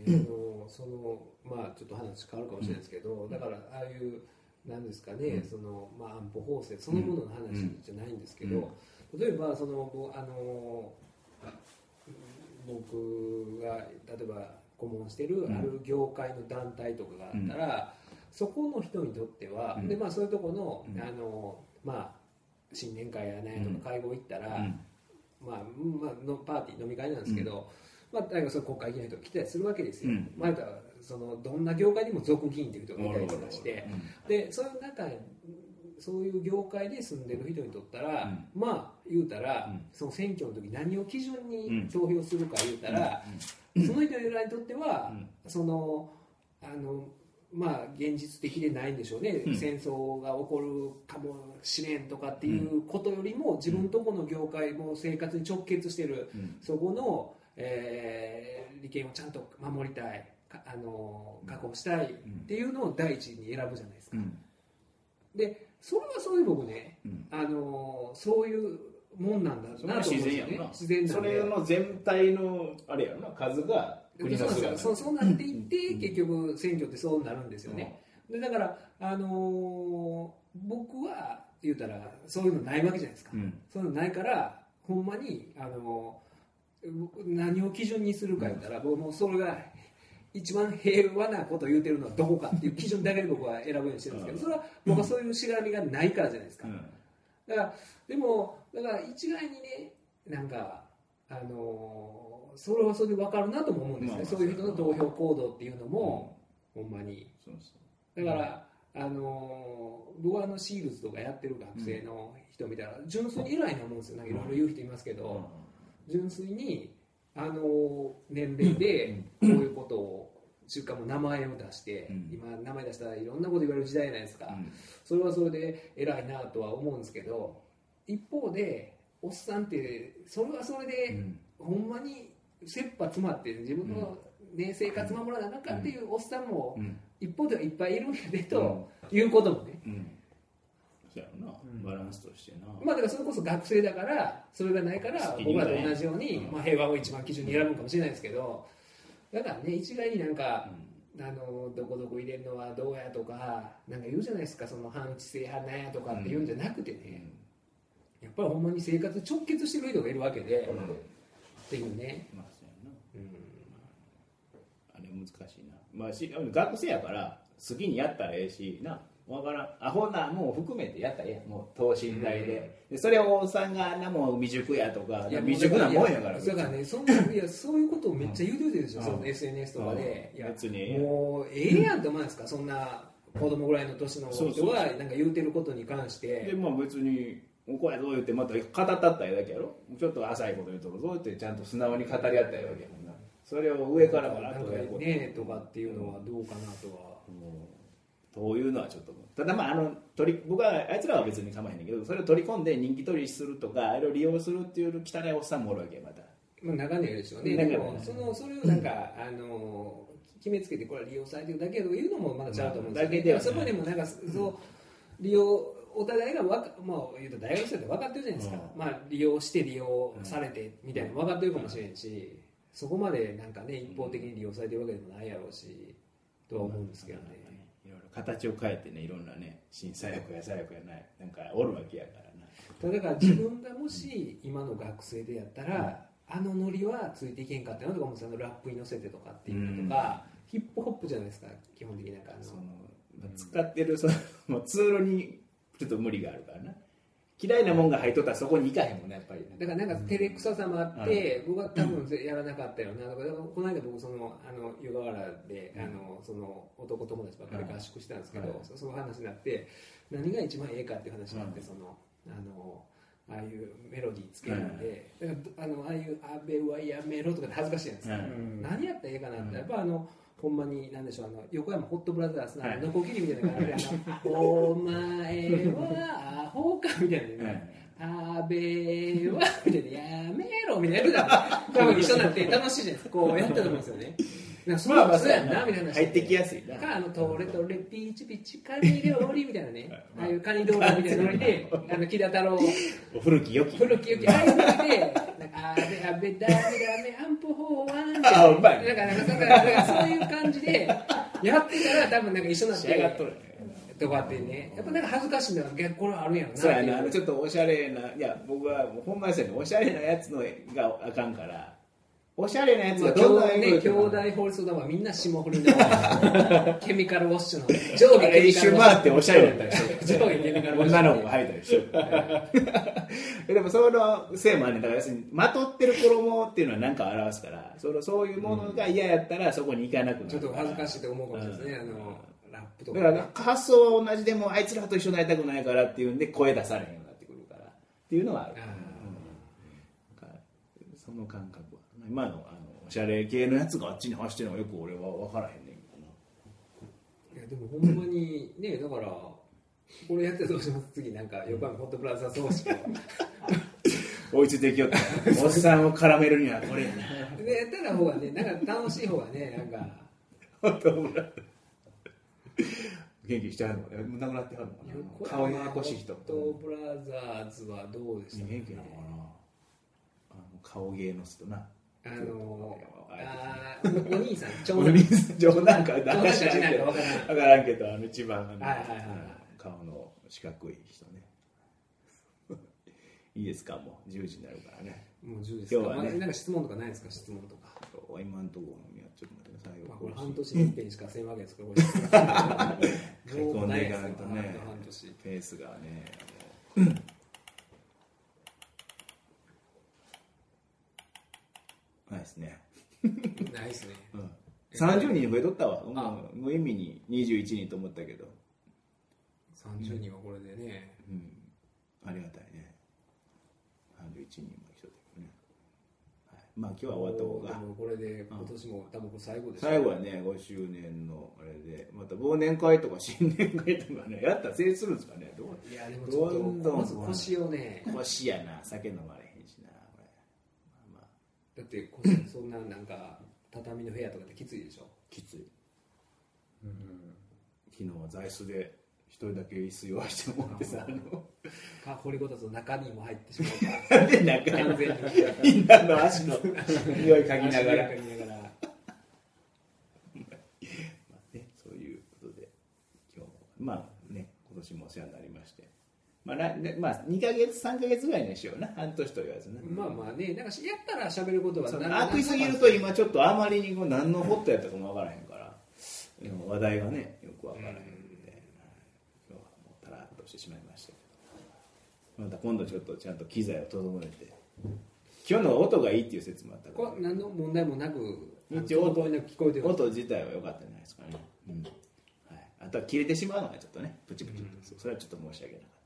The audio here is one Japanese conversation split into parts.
まあちょっと話変わるかもしれないですけど、だからああいうなんですかね、まあ安保法制そのものの話じゃないんですけど、例えば僕が例えば顧問してるある業界の団体とかがあったら、そこの人にとっては、でまあそういうとこの、まあ新年会やねとか会合行ったら、まあのパーティー飲み会なんですけど、まあだからその国会議員の人が来たりするわけですよ。まあどんな業界にも属議員という人がいたりとかして、でそういう中そういう業界で住んでる人にとったら、まあ言うたら、その選挙の時何を基準に投票するか言うたら、その人らにとっては、まあ現実的でないんでしょうね、戦争が起こるかもしれんとかっていうことよりも、自分とこの業界も生活に直結してる、そこの、利権をちゃんと守りたい、確保したいっていうのを第一に選ぶじゃないですか。でそれはそういう僕ね、そういうもんなんだなと思うんですよね。自然なんで、 それの全体のあれやろな、数が国の姿そうなっていって、結局選挙ってそうなるんですよね。でだから、僕は言うたらそういうのないわけじゃないですか。そういうのないから、ほんまに何を基準にするか言ったら、僕もそれが一番平和なことを言うてるのはどこかっていう基準だけで僕は選ぶようにしてるんですけど、それは僕はそういうしがらみがないからじゃないですか。だからでもだから一概にね、なんかそれはそれで分かるなとも思うんですね、そういう人の投票行動っていうのも、ほんまにだから僕はシールズとかやってる学生の人見たら純粋に偉いな思うんですよ。なんかいろいろ言う人いますけど、純粋に年齢でこういうことをしかも名前を出して、今名前出したらいろんなこと言われる時代じゃないですか。それはそれで偉いなとは思うんですけど、一方でおっさんってそれはそれで、ほんまに切羽詰まって自分の、ね、生活守らなあかんっていうおっさんも一方ではいっぱいいるんやでということもね、 そうやろな、バランスとしてな。 まあだからそれこそ学生だからそれがないから僕らと同じように、まあ、平和を一番基準に選ぶかもしれないですけど、だからね、一概になんか、どこどこ入れるのはどうやとかなんか言うじゃないですか、その反知性派なんやとかって言うんじゃなくてね、やっぱりほんまに生活直結してる人がいるわけで、っていうね、 あれ難しいな。まあ学生やから好きにやったらええしな、わからん、アホなもう含めてやったらええやん、もう等身大で、それをおっさんがあんなもん未熟やとか、未熟なもんやから、 だからね、そういうことをめっちゃ言うてるでしょ、その SNS とかで、いや別にもうええやんと思うんですか、そんな子供ぐらいの年の人がなんか言うてることに関して。 でまあ別にこれどう言ってまた語ったったらええだけやろ、ちょっと浅いこと言うとそうやってちゃんと素直に語り合ったらええわけやもんな。それを上からバラッとやることねとかっていうのはどうかなとは、 そういうのはちょっと、ただまあ僕はあいつらは別に構わへんねんけど、それを取り込んで人気取りするとかあれを利用するっていう汚いおっさんもおるわけや、また。 まあ中にはいるでしょうね。でもそれをなんか決めつけてこれは利用されてるだけというのもまだちゃうと思うんですよね。だけでそこにもなんかそう利用お互いがまあ言うと大学生って分かってるじゃないですか。まあ利用して利用されてみたいなの分かってるかもしれんし、そこまでなんかね一方的に利用されてるわけでもないやろうしとは思うんですけどね。 いろいろ形を変えてね、いろんなね、新左翼や左翼やないなんかおるわけやからな。 だから自分がもし今の学生でやったら、ノリはついていけんかったのとかもラップに乗せてとかっていうのとか、ヒップホップじゃないですか基本的に。なんか使ってるそのツールにちょっと無理があるからな。嫌いなもんが入っとったらそこに行かへんもんね、やっぱり。 だからなんか照れくささもあって、僕は多分やらなかったよなとか、この間僕湯河原でその男友達ばっかり合宿したんですけど、その話になって何が一番ええかっていう話になって、ああいうメロディーつけるんで、だからああいうアベはやめろとかって恥ずかしいじゃないですか。何やったらええかなって、やっぱほんまに何でしょう、横山ホットブラザーズのノコギリみたいな感じでお前はアホかみたいなね、食べはみたいな、やめろみたいな多分一緒になって楽しいじゃないですか、こうやったと思うんですよね。そうやんなみたいな、 入ってきやすいな。 トレトレピーチピーチカニ料理みたいなね、ああいうカニ道具みたいなノリで木田太郎古き良きああいうノリであべあべだめだめアンプ法はあうまいなんかそういう感じでやってたら多分なんか一緒になって仕上がっとるねとかってね、やっぱなんか恥ずかしいのは逆これあるんやろな。 そうやな、ちょっとおしゃれな、いや僕はもうほんまですよね、おしゃれなやつのがあかんから、おしゃれなやつがどんどん兄弟法律だわ、みんな霜降りのケミカルウォッシュの上下ケミカルウォッシュ一周回っておしゃれだったりして上下ケミカルウォッシュ女の子が履いたりしてでもそのせいもあるねんだから要するにまとってる衣っていうのは何か表すからそういうものが嫌やったらそこに行かなくなる、 ちょっと恥ずかしいと思うかもしれないですね、ラップとか、 だから発想は同じでもあいつらと一緒になりたくないからっていうんで声出されへんようになってくるからっていうのはある、その感覚は今のおしゃれ系のやつがあっちに走ってるのはよく俺は分からへんねんけどな。 いやでもほんまにね、だからこれやってどうします、次なんか横浜ホットプラザ葬式追いついていきよっておっさんを絡めるにはこれやなでやったら方がね、なんか楽しい方がね、なんかホットプラザ元気してはるのかな、亡くなってはるのかな、顔のやこしい人ホットブラザーズはどうでしたか、 元気なのかな、顔芸の人な、 お兄さん、長なんか分からんけど一番顔の四角い人ねいいですか、もう10時になるからね、 もう10時ですか、 今日はね、 なんか質問とかないですか、質問とか今のところちょっと待って最後、 これ半年に一遍しかせんわけですから書き込んでいかないとね、ペースがねないですねないですね、 30人増えとったわ、無意味に21人と思ったけど 30人はこれでね、 ありがたいね、31人も一緒だけどね、まあ今日は終わった方が、 でもこれで今年も多分これ最後でしょ、 最後はね5周年のあれでまた忘年会とか新年会とかねやったら成立するんですかね、 いやでもちょっとまず腰をね、 腰やな、酒飲まれへんしなこれ、 だって腰そんななんか畳の部屋とかってきついでしょ、 きつい、昨日は座椅子で一人だけ椅子用意してもらってさ、 掘りごたつの中にも入ってしまうからで中完全にみんなの足の匂い嗅ぎながらそういうことで今日もまあね今年もお世話になりまして、まあ2ヶ月3ヶ月ぐらいにしような、半年と言わずね、 まあね、なんかやったら喋ることは悪意すぎると今ちょっとあまりに何のホットやったかも分からへんから話題がねよく分からへんので、今日はもうタラッとしてしまいましたけど、また今度ちょっとちゃんと機材を整えて、今日の音がいいっていう説もあったから、 これ何の問題もなく一応音聞こえてる、 音自体は良かったんじゃないですかね、あとは切れてしまうのがちょっとねプチプチと、それはちょっと申し訳なかった、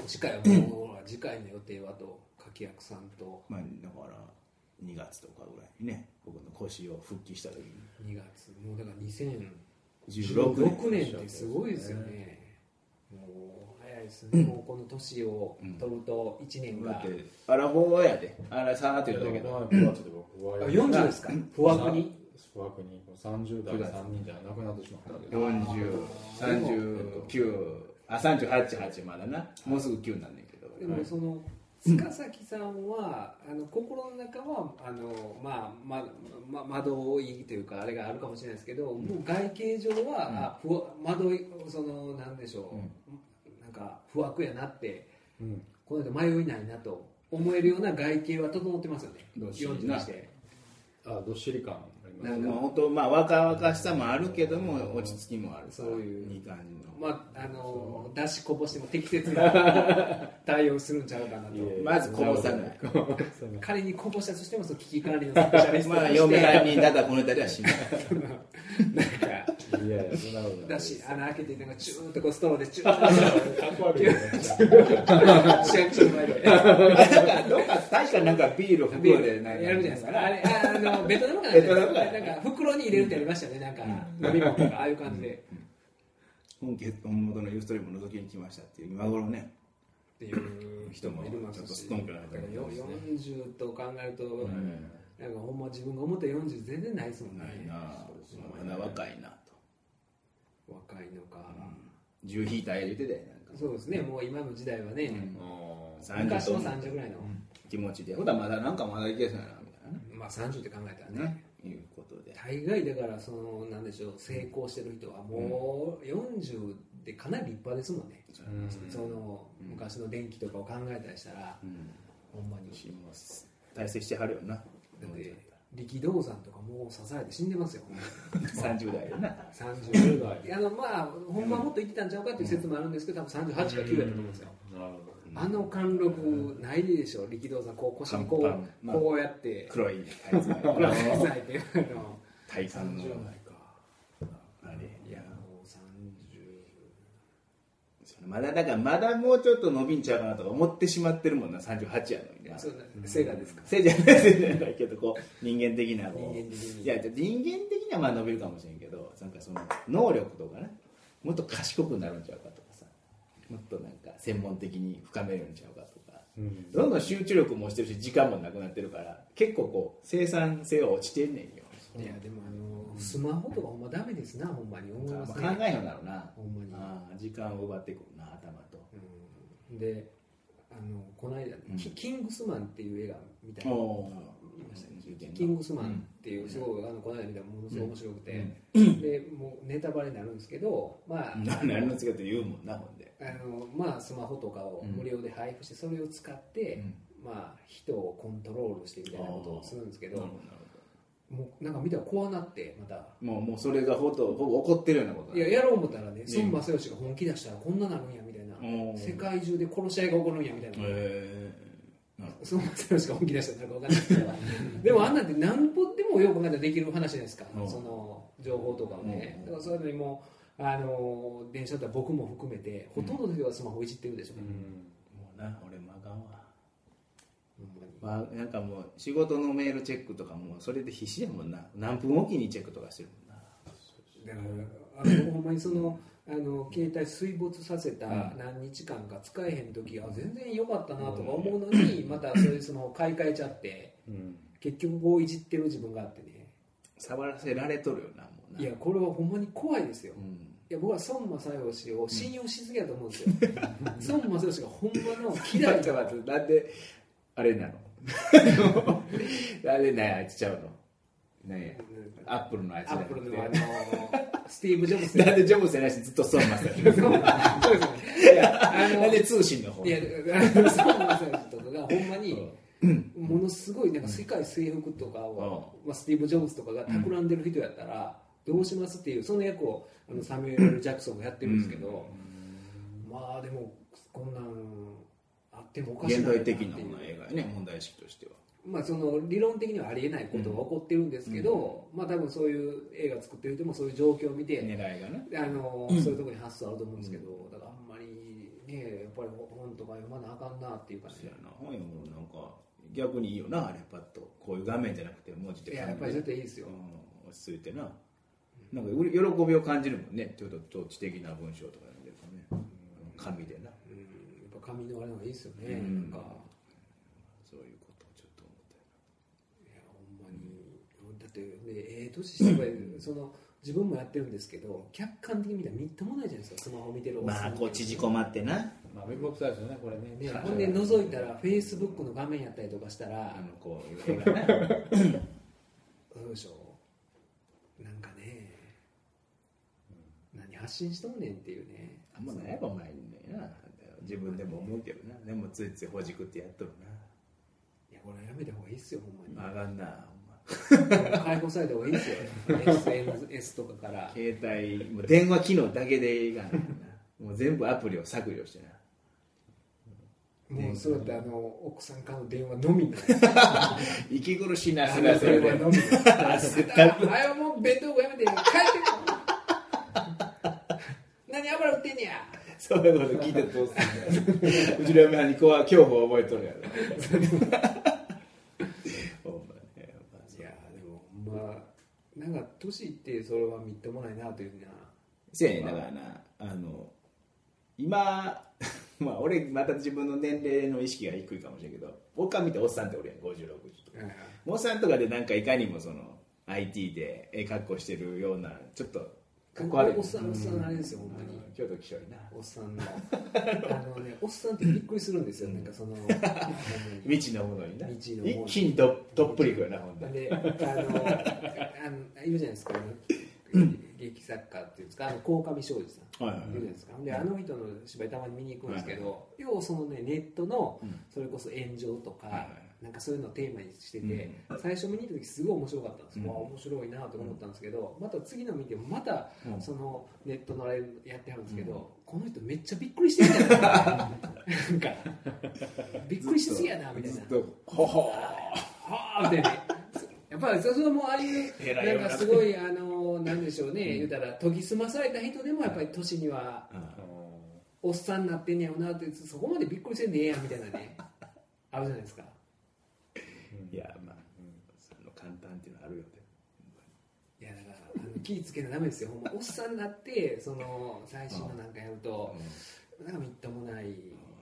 次回はもう次回の予定はと柿役さんと、 だから2月とかぐらいにね僕の腰を復帰した時に 2月もうだから 2016 年ってすごいですよね、もう早いですね、もうこの年を取ると1年が、 アラフォーやで、あらさーって言うんだけど、 40ですか、不惑に 30代3人じゃなくなってしまったわけで、 40、39、38、8まだな、もうすぐ9なんだけど、 でもその塚崎さんは心の中は窓いいというかあれがあるかもしれないですけど、もう外形上は、窓そのなんでしょう、なんか不惑やなって、この間迷いないなと思えるような外形は整ってますよね、40にして。 どっしり感ありますなんか本当若々しさもあるけども落ち着きもある、 そういういい感じの。 出しこぼしても適切な対応するんちゃうかなと。 まずこぼさない。 仮にこぼしたとしてもその危機管理のスペシャリストとして嫁はんにだだこねたりはしないなんかいやいやそんなことないだし穴開けてなんかチューッとこうストローでチューッかっこ悪いよね市役所の前でどっか確かなんかビール袋でやるじゃないですか、あれベトナムかなんか袋に入れるってありましたよね、なんか飲み物とかああいう感じで、 本元のユーストリームを覗きに来ましたっていう今頃ねっていう人もいますし、 ちょっとストンクな 40と考えると、なんかほんま自分が思った40全然ないですもんね。 ないな、まだ若いなと。 若いのか。 10引いた言ってたよなんか。 そうですね、もう今の時代はね、 昔の30ぐらいの。 気持ちでほらまだなんかまだいけそうやなみたいなね、 まあ30って考えたらねいうことで大概だからそのなんでしょう成功してる人はもう40でかなり立派ですもんね、その昔の電気とかを考えたりしたら、ほんまに大成してはるよな。 だって力道山とかもう刺されて死んでますよ 30代よな 30代まあほんまはもっと生きたんちゃうかっていう説もあるんですけど多分38か9やったと思うんですよ、あの貫禄ないでしょ力道山こう腰にこうやって黒いタイツ黒いタイツ履いて体幹のあれいやもう30 まだだからまだもうちょっと伸びんちゃうかなとか思ってしまってるもんな38やのにな性がですか性じゃないけどこう人間的なこう人間的にいや人間的にはまあ伸びるかもしれんけどなんかその能力とかねもっと賢くなるんちゃうかとかさもっとなんか専門的に深めるんちゃうかとか、どんどん集中力もしてるし時間もなくなってるから結構こう生産性は落ちてんねんよ。 いやでもスマホとかほんまダメですなほんまに思いますね。 考えようなるなほんまに時間を奪ってくるな頭と、 でこの間、キングスマンっていう映画みたいなキングスマンっていうすごいこの間見たらものすごい面白くて、でもうネタバレになるんですけどまあ何のつけて言うもんなほんでまあスマホとかを無料で配布してそれを使って、まあ人をコントロールしてみたいなことをするんですけどもうなんか見たら怖なってまたもうそれがほぼ起こってるようなこといややろう思ったらね孫正義が本気出したらこんななるんやみたいな世界中で殺し合いが起こるんやみたいな孫正義が本気出したらなんか分かんないですけどでもあんなんて何歩でもよく考えたらできる話じゃないですかその情報とかをねだからそういうのにも電車だったら僕も含めてほとんどの人がスマホいじってるでしょうねもうな俺もあかんわまあ、なんかもう仕事のメールチェックとかもそれで必死やもんな何分おきにチェックとかしてるもんなだからほんまにその携帯水没させた何日間か使えへん時は全然良かったなとか思うのにまたそういうスマホ買い替えちゃって結局こういじってる自分があってね触らせられとるよなもうないやこれはほんまに怖いですよ、いや僕は孫正義を信用しすぎやと思うんですよ孫正義がほんまの嫌いちょっと待ってなんであれなのなんであいつちゃうのねアップルのあいつじゃなくてアップルのスティーブ・ジョブズなんでジョブズじゃないしずっと孫正義そうですよねなんで通信の方いや孫正義とかがほんまにものすごいなんか世界征服とかを、スティーブ・ジョブズとかが企んでる人やったらどうしますっていうその役をサミュエル・ジャクソンがやってるんですけど、まあでもこんなんあってもおかしくないなっていう現代的な映画やね問題意識としては。 まあその理論的にはありえないことが起こってるんですけど、まあ多分そういう映画作ってる人もそういう状況を見て狙いがねそういうところに発想あると思うんですけど、だからあんまりねやっぱり本とか読まなあかんなっていうかね。 本読むのなんか逆にいいよなあれパッとこういう画面じゃなくて文字でやっぱり絶対いいですよ、 落ち着いてななんか喜びを感じるもんねちょっと知的な文章とか読んでるとね、紙でな、 やっぱ紙のあれのがいいですよね、なんかそういうことをちょっと思ったよ。 いやほんまにだって年してばその自分もやってるんですけど客観的に見たらみっともないじゃないですかスマホ見てるおっさんこう縮こまってなめんどくさいですよねこれね。 ほんで覗いたらフェイスブックの画面やったりとかしたらこういうのがねそうでしょなんかね、何発信しとんねんっていうねあんまないば前にねな自分でも思うけどなでもついついほじくってやっとるいやこれやめた方がいいっすよほんまになあかんな解放された方がいいっすよSNS とかから携帯もう電話機能だけでいいがなもう全部アプリを削除してなもうそうやって奥さんからの電話のみに息苦しいなそれでのみあれはもう弁当箱やめて帰って何油売ってんねやそういうこと聞いてどうすんだようちの嫁はんに恐怖を覚えとるやろいやでもまあなんか年いってそれはみっともないなというふうなせやねんだからな今まあ俺また自分の年齢の意識が低いかもしれんけど僕から見ておっさんって俺やん50、60とか、おっさんとかでなんかいかにもその IT で格好してるようなちょっとここあれおっさんあれですよほんまにちょっときしょいなおっさんのおっさんってびっくりするんですよ、なんかその未知のものにな未知のもの一気にどっぷりいくよなほんとにでいるじゃないですか、劇作家っていうんですか鴻上尚史さん、いるじゃないですか。であの人の芝居たまに見に行くんですけど、要はそのねネットのそれこそ炎上とか、なんかそういうのをテーマにしてて、最初見に行った時すごい面白かったんですよ、面白いなと思ったんですけど、また次の見てもまたそのネットのあれやってはるんですけど、この人めっちゃびっくりしてるじゃないなんかびっくりしすぎやなみたいな、 ほほはあってね、やっぱりそれもああいうなんかすごいなんでしょうね、言うたら研ぎ澄まされた人でもやっぱり年にはおっさんになってんねやろなって、そこまでびっくりせんでええやんみたいなねあるじゃないですか。 いやまあ、その簡単っていうのはあるよね。 いやだから気ぃつけなダメですよ。ほんまおっさんになってその最新のなんかやると、なんかみっともないね。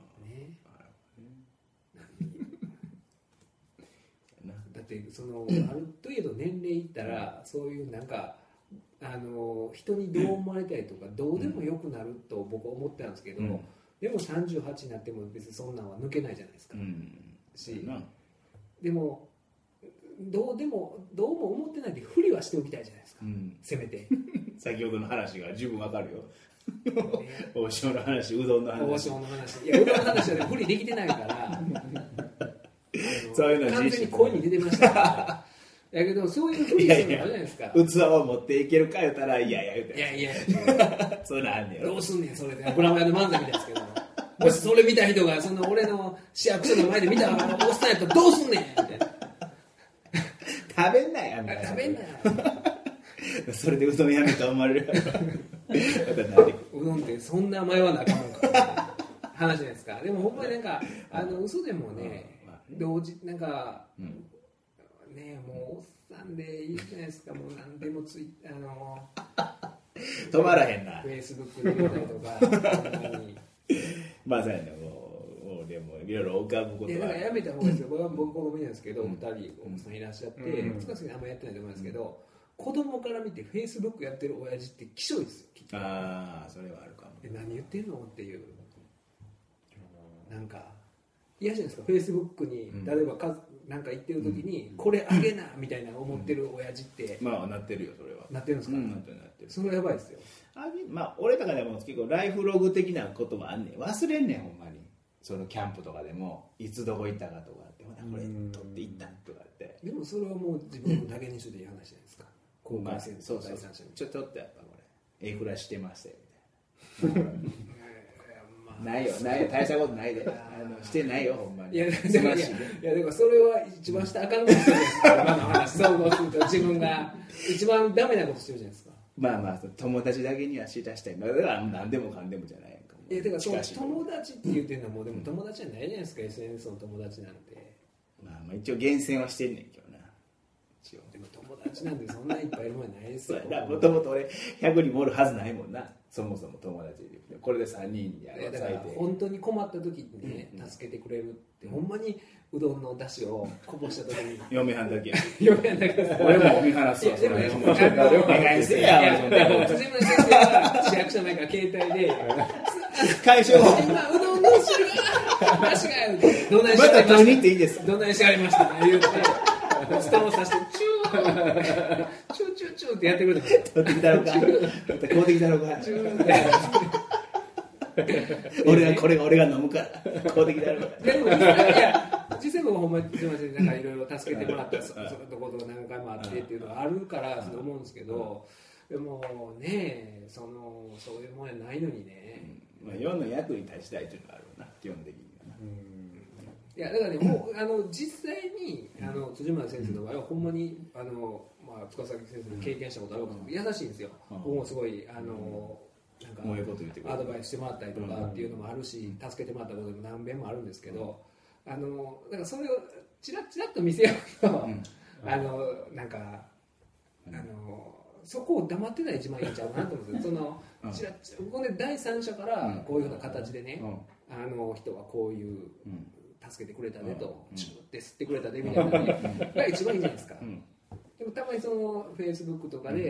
だってそのある程度年齢いったらそういうなんか人にどう思われたりとかどうでもよくなると僕は思ってたんですけど、でも38になっても別にそんなんは抜けないじゃないですか。しでもどうも思ってないでふりはしておきたいじゃないですか、せめて先ほどの話が十分わかるよ王将の話、うどんの話、 王将の話、いやうどんの話はふりできてないからそういうの完全に声に出てましたからだけどそういうふりするのあるじゃないですか。 器を持っていけるか言ったらいや言うて、 いやそういうのあんねやろ。 どうすんねんそれでブラマヨの漫才みたいですけどもしそれ見た人がその俺の市役所の前で見たおっさんやったらどうすんねんみたいな食べんなやみたいな、 食べんなよそれでうどんやめた思われるうどんってそんな迷わなあかんもんか話じゃないですか。でもほんまになんか嘘でもね、同時なんか、ねもうおっさんでいいじゃないですか。もう何でも止まらへんな。 フェイスブックで見たりとかまあそうやね、もうでもいろいろ浮かぶことは。 だからやめた方がいいですよ。僕子供いないんですけど、2人お子さんいらっしゃって、塚さんあんまやってないと思うんですけど、子供から見てフェイスブックやってる親父ってきしょいですよ。 ああ、それはあるかも。 何言ってんのっていう、なんか嫌じゃないですか。フェイスブックに例えばなんか言ってる時に、これあげなみたいな思ってる親父って、 まあなってるよそれは。 なってるんですか。 なってる。 それはやばいですよ。 まあ俺とかでも結構ライフログ的なこともあんねん。忘れんねんほんまに。そのキャンプとかでもいつどこ行ったかとかってほなこれ取って行ったとかって。 でもそれはもう自分のだけにしていい話じゃないですか。公開戦そう第三者にちょっとやっぱこれエクラしてますよみたいな。ないよ大したことないでしてないよほんまに。 いやでもそれは一番したらあかんことしてるじゃないですか。今の話想像すると自分が一番ダメなことしてるじゃないですか。 まあ友達だけにはしたい。だから何でもかんでもじゃないやんか。 いやだからその友達って言ってるのはもうでも友達じゃないじゃないですか。SNS の友達なんて。 まあ一応厳選はしてんねんけどな。一応でも友達なんてそんないっぱいいるもんじゃないですよ。 もともと俺100人もおるはずないもんな。そもそも友達でこれで3人やだから本当に困った時にね、助けてくれるって、ほんまにうどんの出汁をこぼした時に嫁はんだけや嫁はんだけ俺も見放すわ。 でもお願いせやでも辻村先生は市役所の前から携帯で解消今うどんの汁が出汁がどないまた取りに行っていいですどないしてありましたね言うてストローさしてチューってやってくれた取ってきたのか買うてきたのか俺が飲むから買うてきたのか。 でも実際僕ほんまにすみませんなんかいろいろ助けてもらったところが何回もあってっていうのがあるからそう思うんですけど、でもねそういうもんやないのにね、 まあ世の役に立ちたいというのがあるな基本的にはな。 いやだからねもう実際に辻村先生の場合はほんまに塚崎先生の経験したことあるかも優しいんですよ。僕もすごいなんかアドバイスしてもらったりとかっていうのもあるし、助けてもらったことも何遍もあるんですけど、だからそれをチラッと見せようと、なんかそこを黙ってたら一番いいんちゃうかなと思うんですよ。チラッここで第三者からこういうふうな形でね、人はこういう助けてくれたねと、チューって吸ってくれたねみたいなのが一番いいじゃないですか。でもたまにそのフェイスブックとかで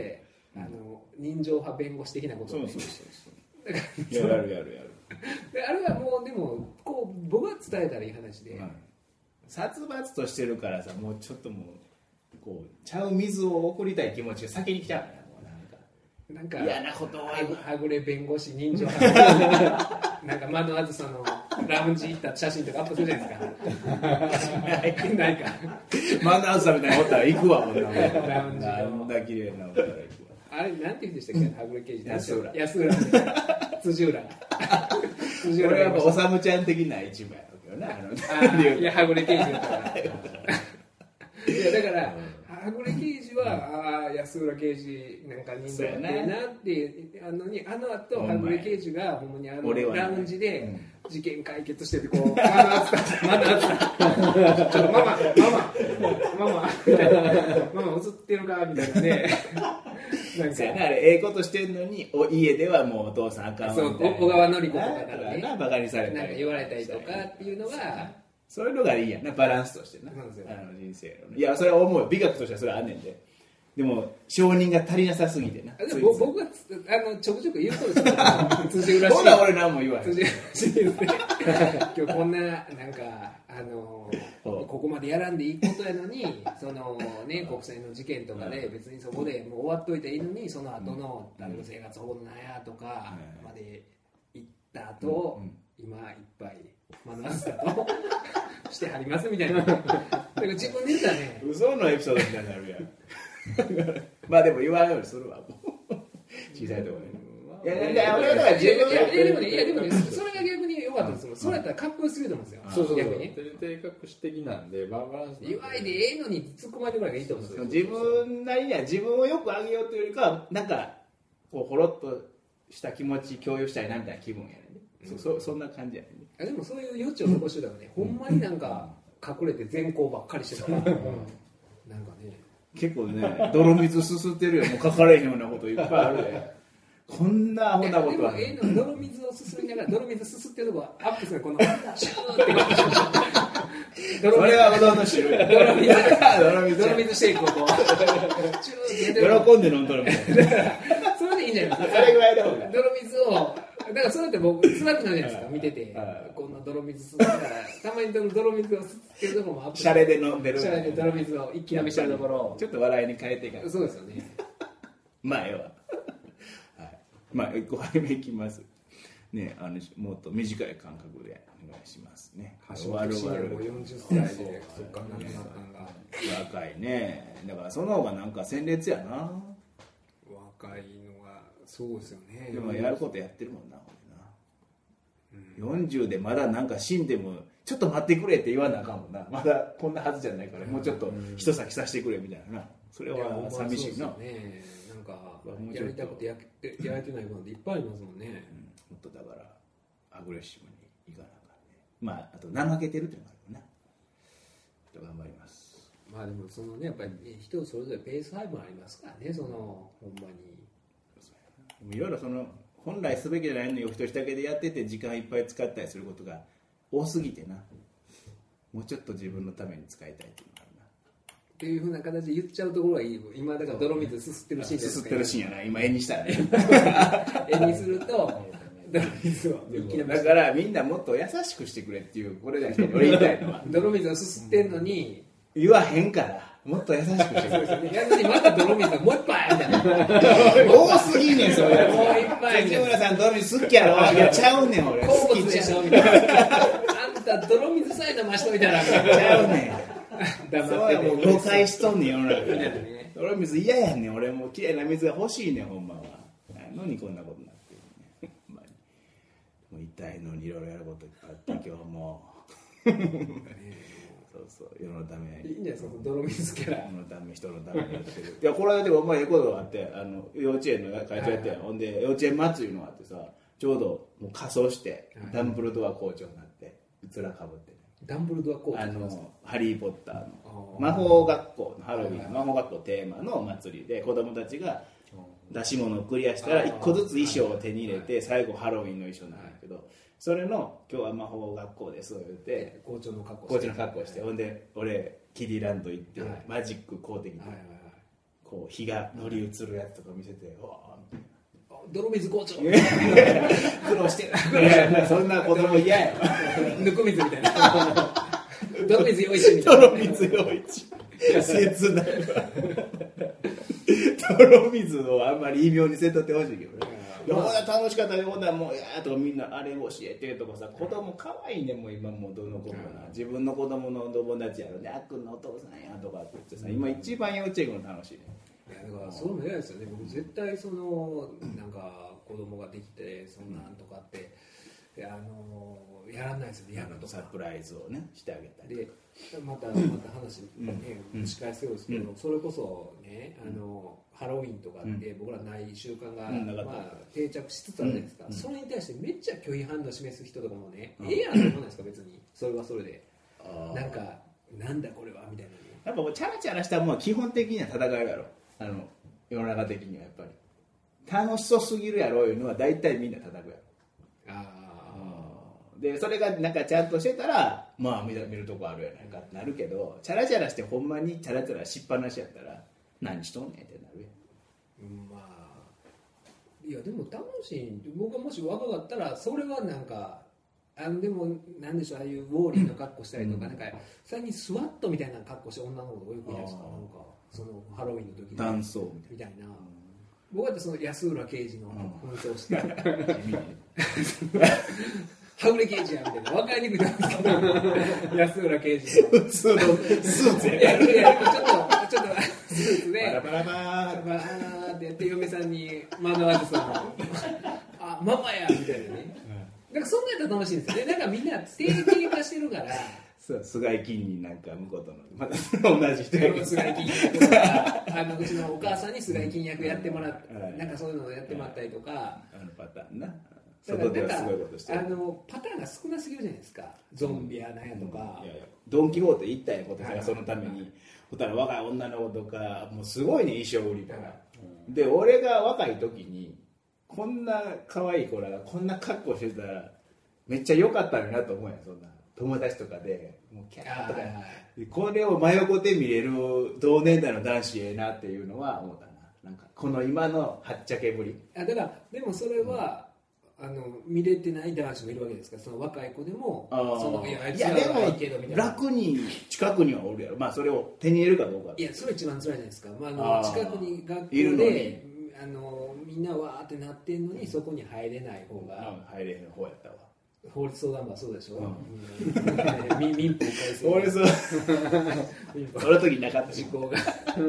人情派弁護士的なことをね、 やるであれはもうでもこう僕が伝えたらいい話で、 殺伐としてるからさ、もうちょっともうこうちゃう水を送りたい気持ちが先に来ちゃうから、もうなんか嫌なことをはぐれ弁護士人情派なんか窓あずさのラウンジ行った写真とかアップするじゃないですかないか窓あずさみたいにおったら行くわ、もうラウンジあんな綺麗なおったら行くわ。 あれなんて言うんでしたっけ、はぐれ刑事安浦辻浦これはやっぱおさむちゃん的な一部やろうけどな、 いやはぐれ刑事だったからいやだからはぐれ刑事は安浦刑事なんか人情やってなってあの後はぐれ刑事がほんまにラウンジで事件解決しててこうまだあったちょっとママみたいなママ映ってるかみたいなねなんかあれええことしてんのに家ではもうお父さんあかんわみたいな、 小川典子とかからねバカにされたりなんか言われたりとかっていうのがそういうのがいいやな、バランスとしてな、人生の。いやそれは思うよ、美学としてはそれはあんねんで。でも承認が足りなさすぎてな。 でも僕がちょくちょく言うとですよ辻浦氏ほら俺何も言わない。 辻浦氏言うて今日こんななんかここまでやらんでいいことやのにそのね国際の事件とかで別にそこでもう終わっといていいのにその後の誰の生活保護のなんやとかまで行った後今いっぱい学ばずだとしてはりますみたいなだから自分で言ったらね嘘のエピソードみたいになるやんまあでも言わんようにするわもう小さいところでいや俺はだから自分でもねそれが逆に良かったですもん、それやったらかっこよすぎると思うんですよそう逆に定格子的なんでバランス言わいでええのに突っ込まれてくらいがいいと思うんですよ自分なりには自分をよく上げようというよりかはなんかこうほろっとした気持ち共有したいなみたいな気分やねん、そんな感じやねん。 でもそういう余地を残してたらね、ほんまになんか隠れて善行ばっかりしてたら、なんかね結構ね泥水すすってるよ、もう書かれへんようなこといっぱいあるでこんなアホなことはでも泥水をすすりながら泥水すすってるとこはアップするこのシューってそれはうどんの種類泥水シェイクをこうチューって喜んで飲んどるみたいなそれでいいんじゃないですか。それぐらいでも泥水をだからそれって僕辛くなるじゃないですか見ててこんな泥水すすったらたまに泥水をすすってるところもアップシャレで飲んでるシャレで泥水を一気飲みしてるところちょっと笑いに変えていかないそうですよねまあええわまあ5杯目いきますね、もっと短い間隔でお願いしますね。 橋本真也も40歳でそっから亡くなったんが若いね。だからその方がなんか鮮烈やな。 若いのがそうですよね。 でもやることやってるもんな、40でまだなんか死んでもちょっと待ってくれって言わなあかんもんな。まだこんなはずじゃないから、もうちょっと一咲させてくれみたいな。それは寂しいな。 なんかやりたいことやれてないこといっぱいありますもんね。 もっとだからアグレッシブにいかなあかんね。まああと怠けてるっていうのがあるな。頑張ります。 まあでもそのねやっぱり人それぞれペース配分ありますからね、そのほんまに。 いろいろその本来すべきじゃないのにお一人だけでやってて時間いっぱい使ったりすることが多すぎてな。もうちょっと自分のために使いたいっていうのがあるな。 っていうふうな形で言っちゃうところがいい。今だから泥水すすってるシーンですすってるシーンやな。今絵にしたらね。 絵にすると泥水をだからみんなもっと優しくしてくれっていうこれだけ俺言いたいのは泥水をすすってんのに言わへんからもっと優しくしてくれ。 そうですよね。やるにまた泥水をもう一杯みたいな。 多すぎんねんそういうやつ。 もう一杯。 辻村さん泥水好きやろ。いやちゃうねん俺。 好物でしょみたいな。あんた泥水さえ飲ましといたら。 ちゃうねん。 そうやもう誤解しとんねん世の中で。泥水嫌やんねん俺もう綺麗な水が欲しいねんほんまは。のにこんなことになってるね。もう痛いのにいろいろやることいっぱいあって今日も。そう世のためいいんじゃないですか泥水キャラ世のため人のためにやってるいやこれはでもお前ええことがあって幼稚園の会長やって、ほんで幼稚園祭りのがあってさちょうどもう仮装して、ダンブルドア校長になってうらかぶって、ね、 ダンブルドア校長ハリー・ポッターの魔法学校のハロウィン魔法学校テーマの祭りで子供たちが出し物をクリアしたら1個ずつ衣装を手に入れて最後ハロウィンの衣装なんだけど、それの今日は魔法学校です言って校長の格好してほんで俺キディランド行って、マジック買うてきて、 こう火が乗り移るやつとか見せてうわーみたいな泥水校長苦労してるいやそんな子供嫌やぬく水みたいな泥水用意しみたいな泥水用意切ないわ泥水をあんまり異名にせんとってほしいけどねいやほんな楽しかったよほんなもうやーとかみんなあれ教えてとかさ子供可愛いねもう今もうどの子もな自分の子供の友達やろねあっくんのお父さんやとかって言ってさ今一番幼稚園の楽しいねいやだからそういうの嫌ですよね僕絶対そのなんか子供ができてそんなんとかってやらないですよねやるとかサプライズをねしてあげたりでまた話ね蒸し返すようですけどそれこそねハロウィンとかって僕らない習慣がまあ定着しつつあるじゃないですかそれに対してめっちゃ拒否反応示す人とかもねええやんと思わないですか別にそれはそれでなんかなんだこれはみたいなねやっぱもうチャラチャラしたものは基本的には戦いやろ世の中的にはやっぱり楽しそうすぎるやろいうのは大体みんな叩くやろでそれがなんかちゃんとしてたらまあ見るとこあるやないかってなるけどチャラチャラしてほんまにチャラチャラしっぱなしやったら何しとんねんってなるやんまあいやでも楽しい僕がもし若かったらそれはなんかでもなんでしょうああいうウォーリーの格好したりとか、なんか最近スワットみたいな格好して女の子がよくいるじゃないですかなんかそのハロウィンの時に男装みたいな僕だってその安浦刑事の扮装してはぐれ刑事やみたいな分かりにくいと思うんですけど安浦刑事の普通のスーツやいやちょっとスーツでバラバラバーってやって嫁さんに目の当てさあママやみたいなねなんかそんなやったら楽しいんですよねなんかみんな定型化してるからそう菅井金になんか向こうとのまた同じ人やけど菅井金役とかうちのお母さんに菅井金役やってもらって、なんかそういうのをやってもらったりとかパターンなだ外ではすごいことしてるパターンが少なすぎるじゃないですかゾンビやなんやとか、 いやいやドン・キホーテ行ったんやことさそのためにほたら若い女の子とかもうすごいね衣装売りとか、で俺が若い時にこんな可愛い子らがこんな格好してたらめっちゃ良かったのになと思うやんそんな友達とかでもうキャーとかこれを真横で見れる同年代の男子ええなっていうのは思ったななんかこの今のはっちゃけぶりだからでもそれは、見れてない男子もいるわけですからその若い子でもそのあいつらはいいけどみたいな楽に近くにはおるやろまあそれを手に入れるかどうかいやそれ一番辛いじゃないですか、近くに学校でみんなわーってなってんのにそこに入れない方が、 入れへん方やったわ法律相談部はそうでしょ、民法改正俺そうその時なかった事項がい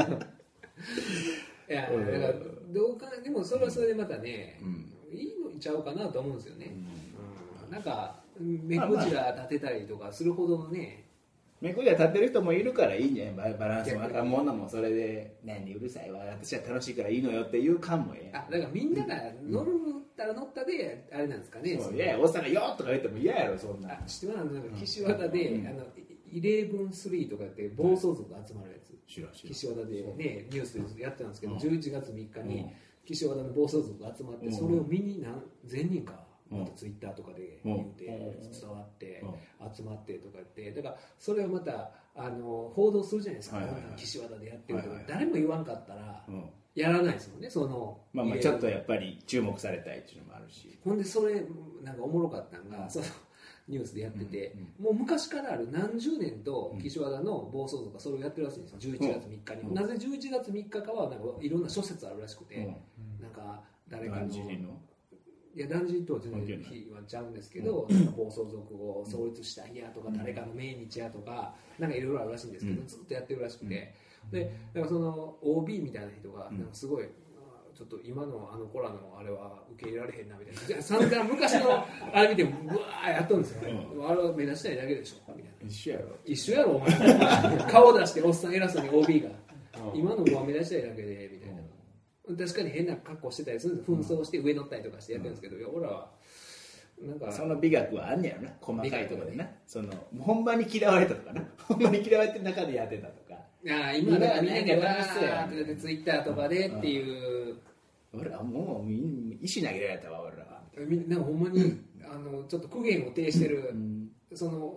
やだからどうかでもそれはそれでまたね、いいのちゃうかなと思うんですよね、なんか目くじら立てたりとかするほどのね目くじら立ってる人もいるからいいんじゃないバランスも若者もそれで何うるさいわ私は楽しいからいいのよっていう感もええだからみんなが乗ったら乗ったであれなんですかねいやおっさんがよとか言っても嫌やろそんな知ってますなんか岸和田で11-3とかって暴走族が集まるやつ岸和田でねニュースでやってたんですけど11月3日に岸和田の暴走族が集まってそれを見に何千人かツイッターとかで言って伝わって集まってとか言ってだからそれをまた報道するじゃないですか岸和田でやってるとか誰も言わんかったらやらないですもんねそのまあちょっとやっぱり注目されたいっていうのもあるしほんでそれなんかおもろかったのがそのニュースでやっててもう昔からある何十年と岸和田の暴走族がそれをやってるらしいんですよ11月3日になぜ11月3日かはなんかいろんな諸説あるらしくてなんか誰かのいやだんじりとは全然日はちゃうんですけど、なんか暴走族を創立した日やとか、誰かの命日やとかなんかいろいろあるらしいんですけど、ずっとやってるらしくて、でだからその OB みたいな人がなんかすごいちょっと今のあの子らのあれは受け入れられへんなみたいな散々昔のあれ見てうわーやっとるんですよ、あれは目立ちたいだけでしょみたいな一緒やろお前顔出しておっさん偉そうに OB が今の子は目立ちたいだけでみたいな確かに変な格好してたりするんです紛争して上乗ったりとかしてやってるんですけど、いや俺らはなんかその美学はあんねやろな細かいところでなそのほんまに嫌われたとかなほんまに嫌われてる中でやってたとか今だからみんなが楽しそうやってツイッターとかでっていう俺はもう石投げられたわ俺らはなんかほんまにちょっと苦言を呈してる、その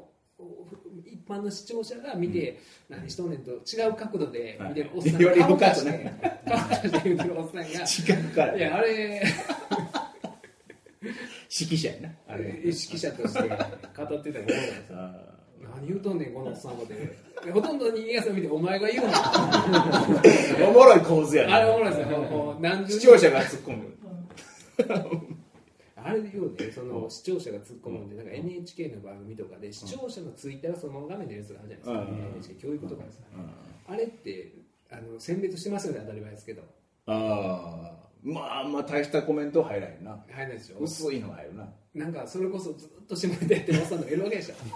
一般の視聴者が見て、何しとんねんと違う角度で見てるおっさんよりが顔出深くねして顔出して言うてるおっさんが違うからいやあれ指揮者やなあれ指揮者として語ってたらおもろいです何言うとんねんこのおっさんことでほとんど人間が見てお前が言うのおもろい構図やなあれおもろいですよもう何十視聴者が突っ込むあれでようねその視聴者が突っ込むんでなんか NHK の番組とかで視聴者のツイッターがその画面でやるやつがあるじゃないですか、NHK 教育とかでさ、あれって選別してますよね当たり前ですけどあまあ大したコメント入らへんな入らないでしょ薄いのが入るななんかそれこそずっと下ネタやってるおっさんとかいるわけでしょ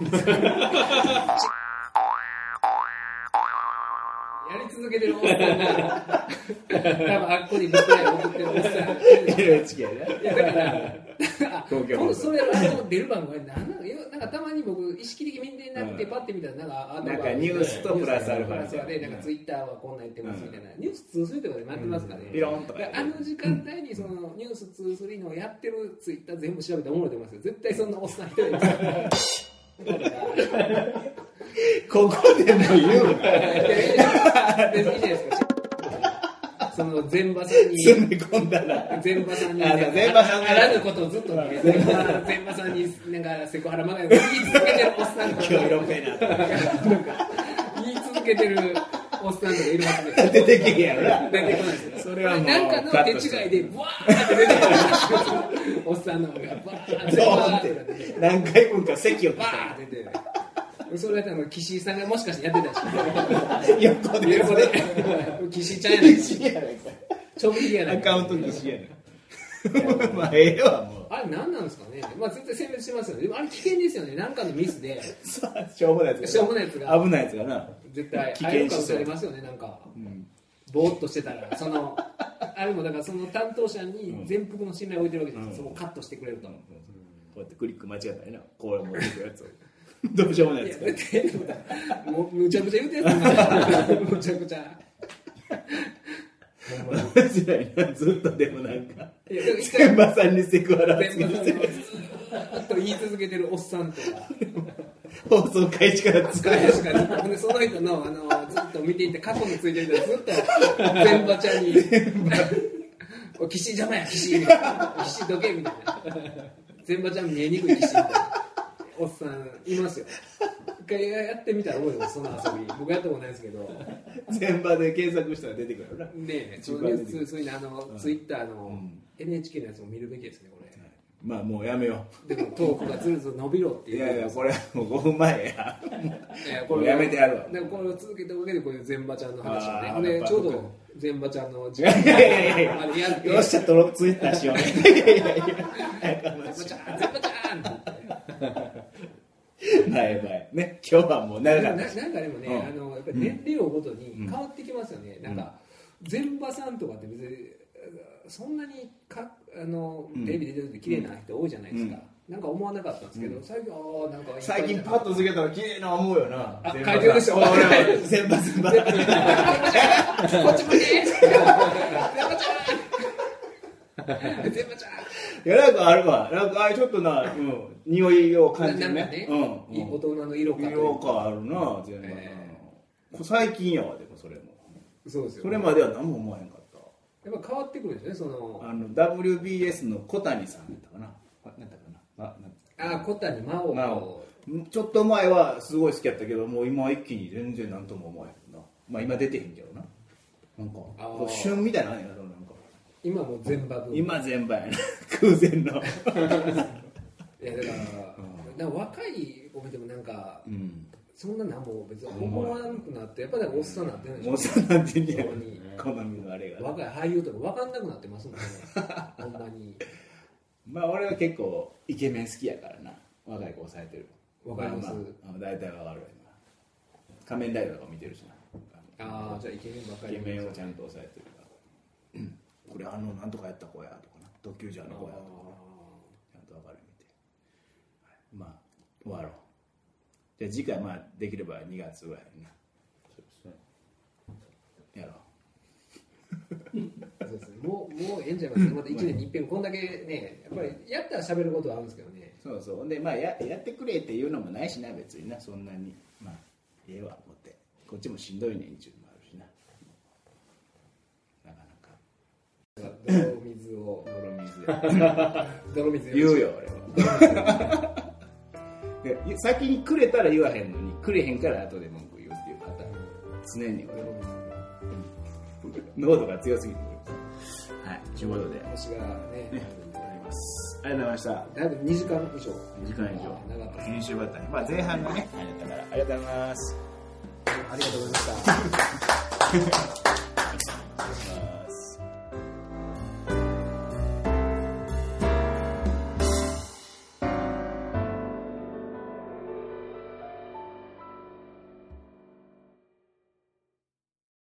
やり続けてるおっさんが多分あっこにリプライ送ってるおっさん NHK やねいやだから東京今度それ出る番組なんかたまに僕意識的に見てなくてパッて見たらなんかニュースとプラスアルファでなんかツイッターはこんなん言ってますみたいな、ニュース2-3とかでもやってますからね、 ピロンとかあの時間帯にそのニュース2-3のやってるツイッター全部調べておもろいと思いますよ絶対そんなおっさん一人ですここでも言うな別にいいじゃないですかその前場さんに詰め込んだら前場さんに前場さんあらぬことをずっとね前場さんになんかセクハラまがい言い続けてるおっさん今日色っぺえなと言い続けてるおっさんとかいるはずで出てけへんやろな出てこないですよそれはもうなんかの手違いでブワーって出てくるおっさんの方がバードーンって何回分か席をバーって出てそれやったら岸井さんがもしかしてやってたし横で岸井ちゃんやないか岸やないかちょびりやないかアカウント岸やないまあええわもうあれ何なんですかねまあ絶対選別しますよねでもあれ危険ですよねなんかのミスでしょうもないやつしょうもないやつが危ないやつがな絶対危険かありますよねなんか、ぼーっとしてたらあれもだからその担当者に全幅の信頼を置いてるわけじゃないですか、そこカットしてくれると、 こうやってクリック間違ったりなこれ持ってくるやつをどうしようもないやつがもうむちゃくちゃ言うてるやつむちゃくちゃ面白いなずっとでもなんかいや千葉さんにセクハラをつけ全部ずてっと言い続けてるおっさんとか放送開始から使え確かにでその人のずっと見ていて過去のついてる人ずっと全場ちゃんに「おい岸邪魔や岸岸どけ」みたいな全場ちゃん見えにくい岸みたいなおっさんいますよ一回やってみたら覚えてますその遊び僕やったことないですけど全場で検索したら出てくるよなねえそのニュースそういうのツイッターの NHK のやつも見るべきですねこれまあもうやめよでもトークがずるずる伸びろってういういやいやこれもう5分前やいやもうやめてやるわでもこれを続けておけでこういう全場ちゃんの話をねあーやっぱでちょうど全場ちゃんの時いやいやいやまでやってよっしゃとろツイッターしようねいやいやいや全場ちゃん全場ちゃんはいはいね今日はもう長かったしなんかでもね、やっぱり年齢をごとに変わってきますよね、なんか全場さんとかって別にそんなにテレビ出てる時綺麗な人多いじゃないですか、なんか思わなかったんですけど、最近なんか最近パッとつけたら綺麗な思うよな書いてるでしょ俺は全場全場こっち向け全場ちゃん全場ちゃんいやなんかあるわなんかちょっとな、匂いを感じるなんかね、大人の色感色感あるな全部、最近やわでもそれもそうですよ、 それまでは何も思わへんかったやっぱ変わってくるんですねその WBS の小谷さんやったかななんだかな小谷真央真央ちょっと前はすごい好きやったけどもう今一気に全然何とも思わへんなまあ今出てへんけどななんかこう旬みたいなのあるんやななんか今もう全場分今全場やな空前のいやだから若い子見てもなんか、そんな何も別に思わなくなってやっぱりおっさんなってるんでしょおっさんなんてんねやそこに好みのあれが若い俳優とか分かんなくなってますもんねほんまにまあ俺は結構イケメン好きやからな若い子抑えてるわかります、 大体わかるわ今仮面ライダーとか見てるしなああじゃあイケメンばっかりイケメンをちゃんと抑えてるからこれなんとかやった子やとかなドキュージャーの子やとかちゃんと分かる見て、まあ終わろうじゃあ次回まあできれば2月ぐらいになやろうそうですねもうええんちゃいますまた1年に一遍こんだけねやっぱりやったら喋ることはあるんですけどね。 そうそうでまあやってくれっていうのもないしな別になそんなにまあええわ思ってこっちもしんどいねんちゅうのもあるしななかなか泥水を泥水言うよ俺はで先にくれたら言わへんのにくれへんから後で文句言うっていうパターン常に俺濃度が強すぎるはいということで星がねありますありがとうございましただいぶ2時間以上 2時間以上長かった編集があったねまあ前半がねあれだったからありがとうございますありがとうございました